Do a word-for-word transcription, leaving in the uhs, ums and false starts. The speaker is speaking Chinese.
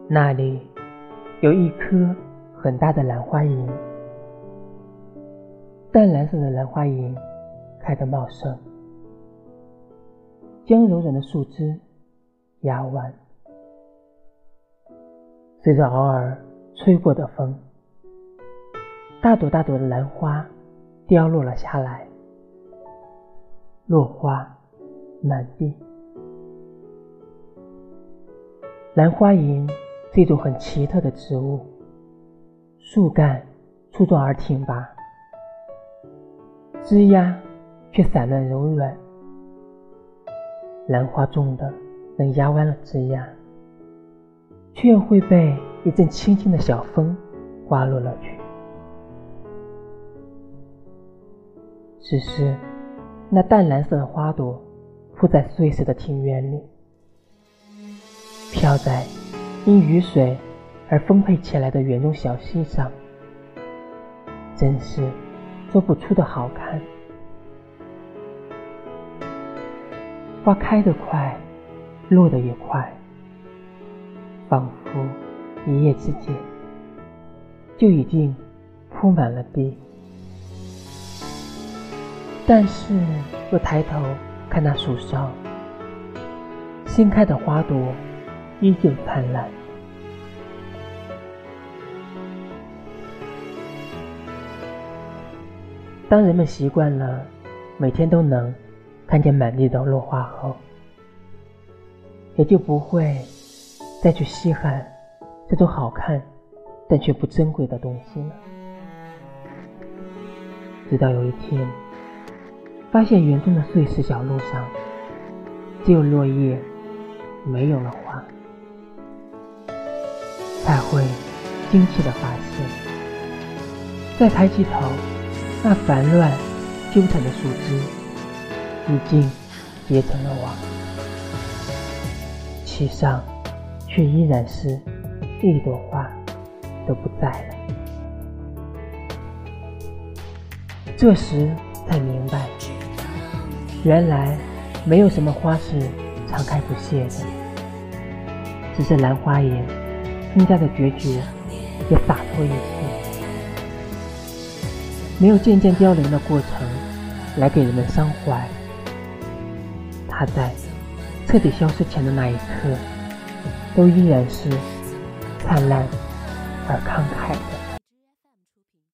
那里有一棵很大的兰花楹，淡蓝色的兰花楹开得茂盛，将柔软的树枝压弯，随着偶尔吹过的风，大朵大朵的兰花凋落了下来，落花满地。兰花楹是一种很奇特的植物，树干粗壮而挺拔，枝桠却散乱柔软，兰花重的能压弯了枝桠，却又会被一阵轻轻的小风刮落了去。只是那淡蓝色的花朵铺在碎石的庭院里，飘在因雨水而丰沛起来的园中小溪上，真是说不出的好看。花开得快，落得也快，仿佛一夜之间就已经铺满了地。但是若抬头看那树梢，新开的花朵依旧灿烂。当人们习惯了每天都能看见满地的落花后，也就不会再去稀罕这种好看但却不珍贵的东西了。直到有一天，发现园中的碎石小路上只有落叶，没有了花，才会惊奇地发现，再抬起头，那烦乱纠缠的树枝已经结成了网，其上却依然是一朵花都不在了。这时才明白，原来没有什么花是常开不谢的，只是兰花楹更加的决绝也洒脱一些，没有渐渐凋零的过程来给人们伤怀，它在彻底消失前的那一刻，都依然是灿烂而慷慨的。